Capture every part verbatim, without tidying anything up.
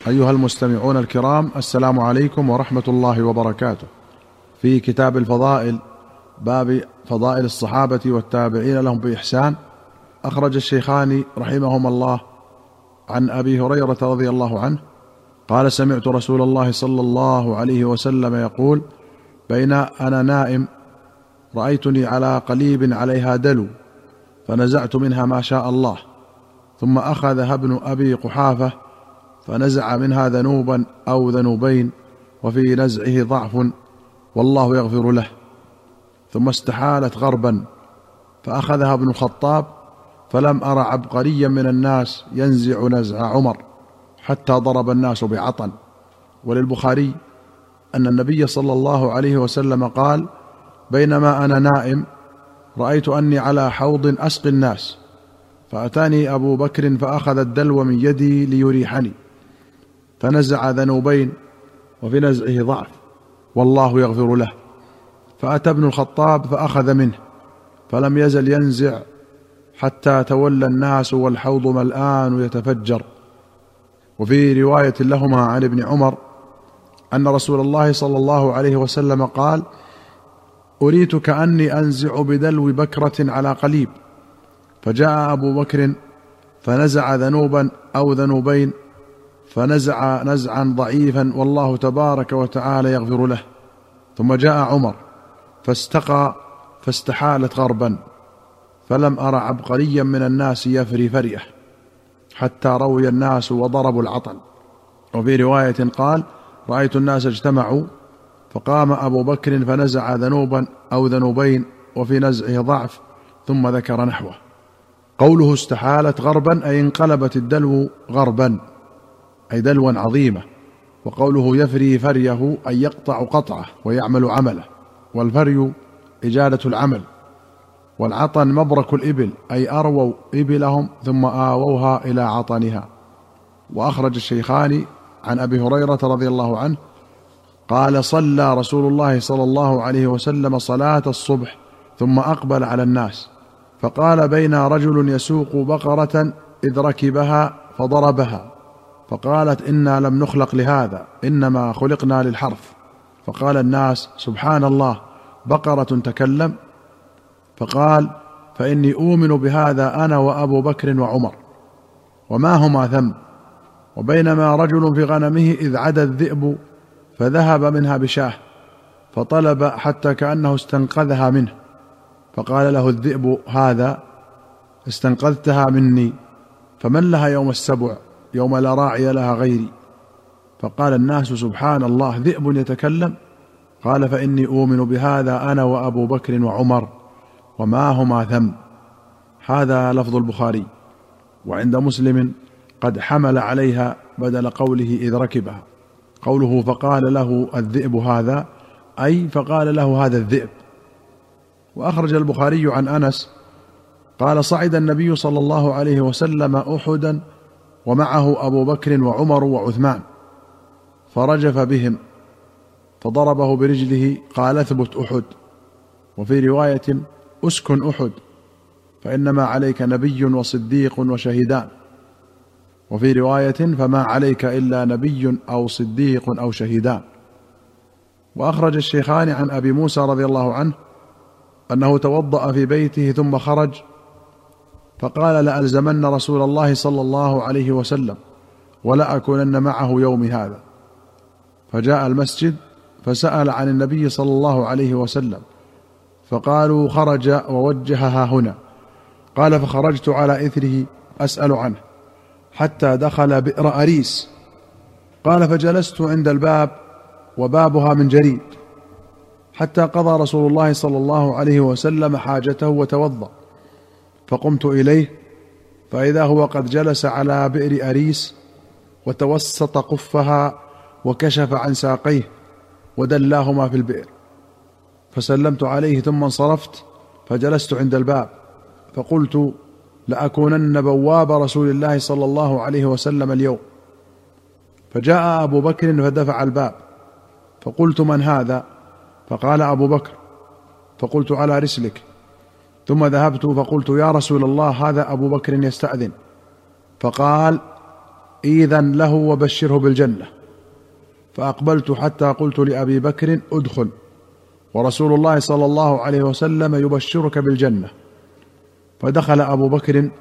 أيها المستمعون الكرام، السلام عليكم ورحمة الله وبركاته. في كتاب الفضائل باب فضائل الصحابة والتابعين لهم بإحسان، أخرج الشيخان رحمهما الله عن أبي هريرة رضي الله عنه قال: سمعت رسول الله صلى الله عليه وسلم يقول: بين أنا نائم رأيتني على قليب عليها دلو، فنزعت منها ما شاء الله، ثم أخذها ابن أبي قحافة فنزع منها ذنوبا أو ذنوبين، وفي نزعه ضعف والله يغفر له، ثم استحالت غربا فأخذها ابن الخطاب، فلم أر عبقريا من الناس ينزع نزع عمر حتى ضرب الناس بعطن. وللبخاري أن النبي صلى الله عليه وسلم قال: بينما أنا نائم رأيت أني على حوض أسقي الناس، فأتاني أبو بكر فأخذ الدلو من يدي ليريحني، فنزع ذنوبين وفي نزعه ضعف والله يغفر له، فأتى ابن الخطاب فأخذ منه، فلم يزل ينزع حتى تولى الناس والحوض ملآن يتفجر. وفي رواية لهما عن ابن عمر أن رسول الله صلى الله عليه وسلم قال: أريت كأني أنزع بدلو بكرة على قليب، فجاء أبو بكر فنزع ذنوبا أو ذنوبين، فنزع نزعا ضعيفا والله تبارك وتعالى يغفر له، ثم جاء عمر فاستقى فاستحالت غربا، فلم أر عبقريا من الناس يفري فريه حتى روي الناس وضربوا العطن. وفي رواية قال: رأيت الناس اجتمعوا فقام أبو بكر فنزع ذنوبا أو ذنوبين وفي نزعه ضعف، ثم ذكر نحوه. قوله استحالت غربا أي انقلبت الدلو غربا، أي دلوا عظيمة. وقوله يفري فريه أي يقطع قطعه ويعمل عمله، والفري إجادة العمل. والعطن مبرك الإبل أي أرووا إبلهم ثم آووها إلى عطنها. وأخرج الشيخان عن أبي هريرة رضي الله عنه قال: صلى رسول الله صلى الله عليه وسلم صلاة الصبح ثم أقبل على الناس، فقال: بين رجل يسوق بقرة إذ ركبها فضربها، فقالت: إنا لم نخلق لهذا، إنما خلقنا للحرث. فقال الناس: سبحان الله، بقرة تكلم؟ فقال: فإني أؤمن بهذا أنا وأبو بكر وعمر، وما هما ذنب. وبينما رجل في غنمه إذ عدا الذئب فذهب منها بشاه، فطلب حتى كأنه استنقذها منه، فقال له الذئب: هذا استنقذتها مني، فمن لها يوم السبع يوم لا راعي لها غيري؟ فقال الناس: سبحان الله، ذئب يتكلم؟ قال: فإني أؤمن بهذا أنا وأبو بكر وعمر، وما هما ذنب. هذا لفظ البخاري. وعند مسلم: قد حمل عليها بدل قوله إذ ركبها. قوله فقال له الذئب هذا أي فقال له هذا الذئب. وأخرج البخاري عن أنس قال: صعد النبي صلى الله عليه وسلم أحدا ومعه أبو بكر وعمر وعثمان، فرجف بهم فضربه برجله، قال: اثبت أحد. وفي رواية: أسكن أحد، فإنما عليك نبي وصديق وشهيدان. وفي رواية: فما عليك إلا نبي أو صديق أو شهيدان. وأخرج الشيخان عن أبي موسى رضي الله عنه أنه توضأ في بيته ثم خرج فقال: لألزمن رسول الله صلى الله عليه وسلم ولأكونن معه يومي هذا. فجاء المسجد فسأل عن النبي صلى الله عليه وسلم، فقالوا: خرج ووجهها هنا. قال: فخرجت على إثره أسأل عنه حتى دخل بئر أريس. قال: فجلست عند الباب وبابها من جريد، حتى قضى رسول الله صلى الله عليه وسلم حاجته وتوضأ، فقمت إليه فإذا هو قد جلس على بئر أريس وتوسط قفها وكشف عن ساقيه ودلاهما في البئر، فسلمت عليه ثم انصرفت فجلست عند الباب، فقلت: لأكونن بواب رسول الله صلى الله عليه وسلم اليوم. فجاء أبو بكر فدفع الباب، فقلت: من هذا؟ فقال: أبو بكر. فقلت: على رسلك. ثم ذهبت فقلت: يا رسول الله، هذا أبو بكر يستأذن. فقال: إذن له وبشره بالجنة. فأقبلت حتى قلت لأبي بكر ادخل، ورسول الله صلى الله عليه وسلم يبشرك بالجنة. فدخل أبو بكر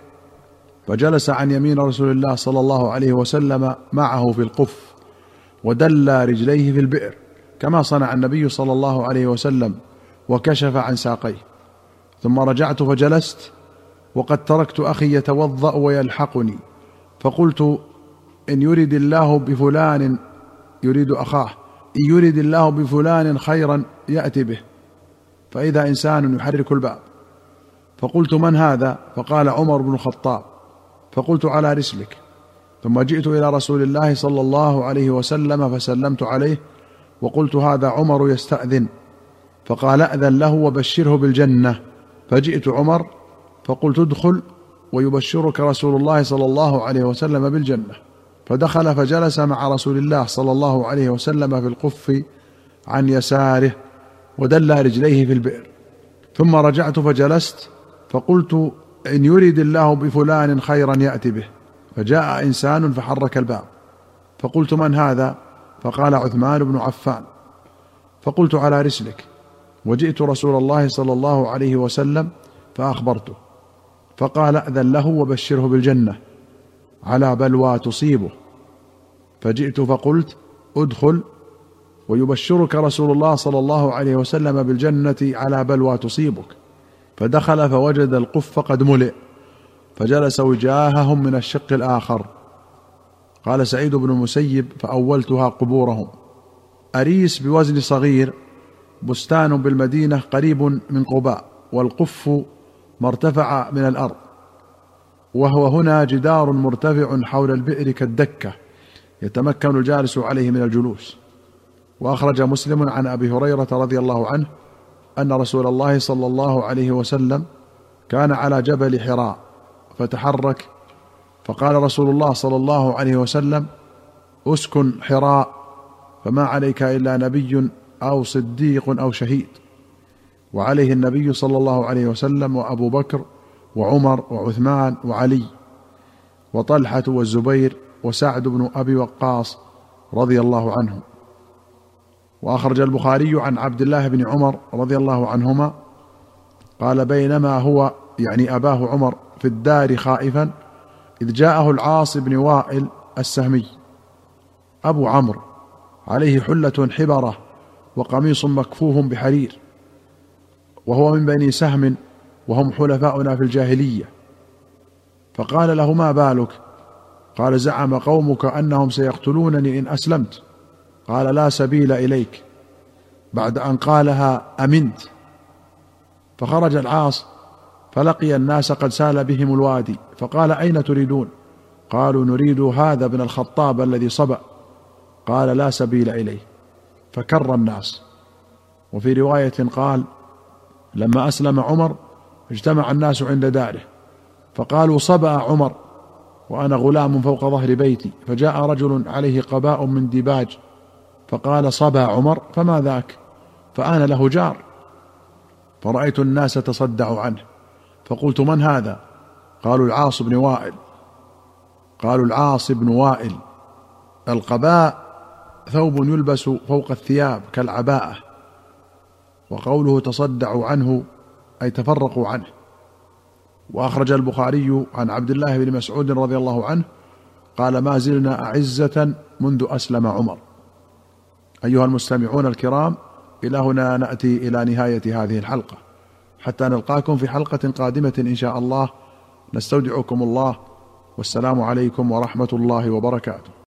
فجلس عن يمين رسول الله صلى الله عليه وسلم معه في القف، ودلى رجليه في البئر كما صنع النبي صلى الله عليه وسلم، وكشف عن ساقيه. ثم رجعت فجلست وقد تركت أخي يتوضأ ويلحقني، فقلت إن يرد الله بفلان، يريد أخاه، إن يرد الله بفلان خيرا يأتي به. فإذا إنسان يحرك الباب، فقلت من هذا؟ فقال عمر بن الخطاب. فقلت على رسلك. ثم جئت إلى رسول الله صلى الله عليه وسلم فسلمت عليه وقلت هذا عمر يستأذن. فقال أذن له وبشره بالجنة. فجئت عمر فقلت ادخل ويبشرك رسول الله صلى الله عليه وسلم بالجنة. فدخل فجلس مع رسول الله صلى الله عليه وسلم في القف عن يساره، ودلى رجليه في البئر. ثم رجعت فجلست فقلت إن يريد الله بفلان خيرا يأتي به. فجاء إنسان فحرك الباب، فقلت من هذا؟ فقال عثمان بن عفان. فقلت على رسلك. وجئت رسول الله صلى الله عليه وسلم فأخبرته، فقال أذن له وبشره بالجنة على بلوى تصيبه. فجئت فقلت ادخل ويبشرك رسول الله صلى الله عليه وسلم بالجنة على بلوى تصيبك. فدخل فوجد القف قد ملئ، فجلس وجاههم من الشق الآخر. قال سعيد بن المسيب فأولتها قبورهم. أريس بوزن صغير، بستان بالمدينة قريب من قباء، والقف مرتفع من الأرض، وهو هنا جدار مرتفع حول البئر كالدكة يتمكن الجالس عليه من الجلوس. وأخرج مسلم عن أبي هريرة رضي الله عنه أن رسول الله صلى الله عليه وسلم كان على جبل حراء فتحرك، فقال رسول الله صلى الله عليه وسلم اسكن حراء فما عليك إلا نبي أو صديق أو شهيد. وعليه النبي صلى الله عليه وسلم وأبو بكر وعمر وعثمان وعلي وطلحة والزبير وسعد بن أبي وقاص رضي الله عنهم. وأخرج البخاري عن عبد الله بن عمر رضي الله عنهما قال بينما هو يعني أباه عمر في الدار خائفا إذ جاءه العاص بن وائل السهمي أبو عمرو عليه حلة حبرة وقميص مكفوف بحرير، وهو من بني سهم وهم حلفاؤنا في الجاهلية. فقال له ما بالك؟ قال زعم قومك أنهم سيقتلونني إن أسلمت. قال لا سبيل إليك. بعد أن قالها أمنت. فخرج العاص فلقي الناس قد سال بهم الوادي، فقال أين تريدون؟ قالوا نريد هذا ابن الخطاب الذي صبأ. قال لا سبيل إليه، فكر الناس. وفي رواية قال لما أسلم عمر اجتمع الناس عند داره فقالوا صبأ عمر وأنا غلام فوق ظهر بيتي، فجاء رجل عليه قباء من ديباج فقال صبأ عمر فما ذاك؟ فأنا له جار. فرأيت الناس تصدعوا عنه، فقلت من هذا؟ قالوا العاص بن وائل. قالوا العاص بن وائل. القباء ثوب يلبس فوق الثياب كالعباءة، وقوله تصدعوا عنه أي تفرقوا عنه. وأخرج البخاري عن عبد الله بن مسعود رضي الله عنه قال ما زلنا أعزة منذ أسلم عمر. أيها المستمعون الكرام، إلى هنا نأتي إلى نهاية هذه الحلقة، حتى نلقاكم في حلقة قادمة إن شاء الله. نستودعكم الله، والسلام عليكم ورحمة الله وبركاته.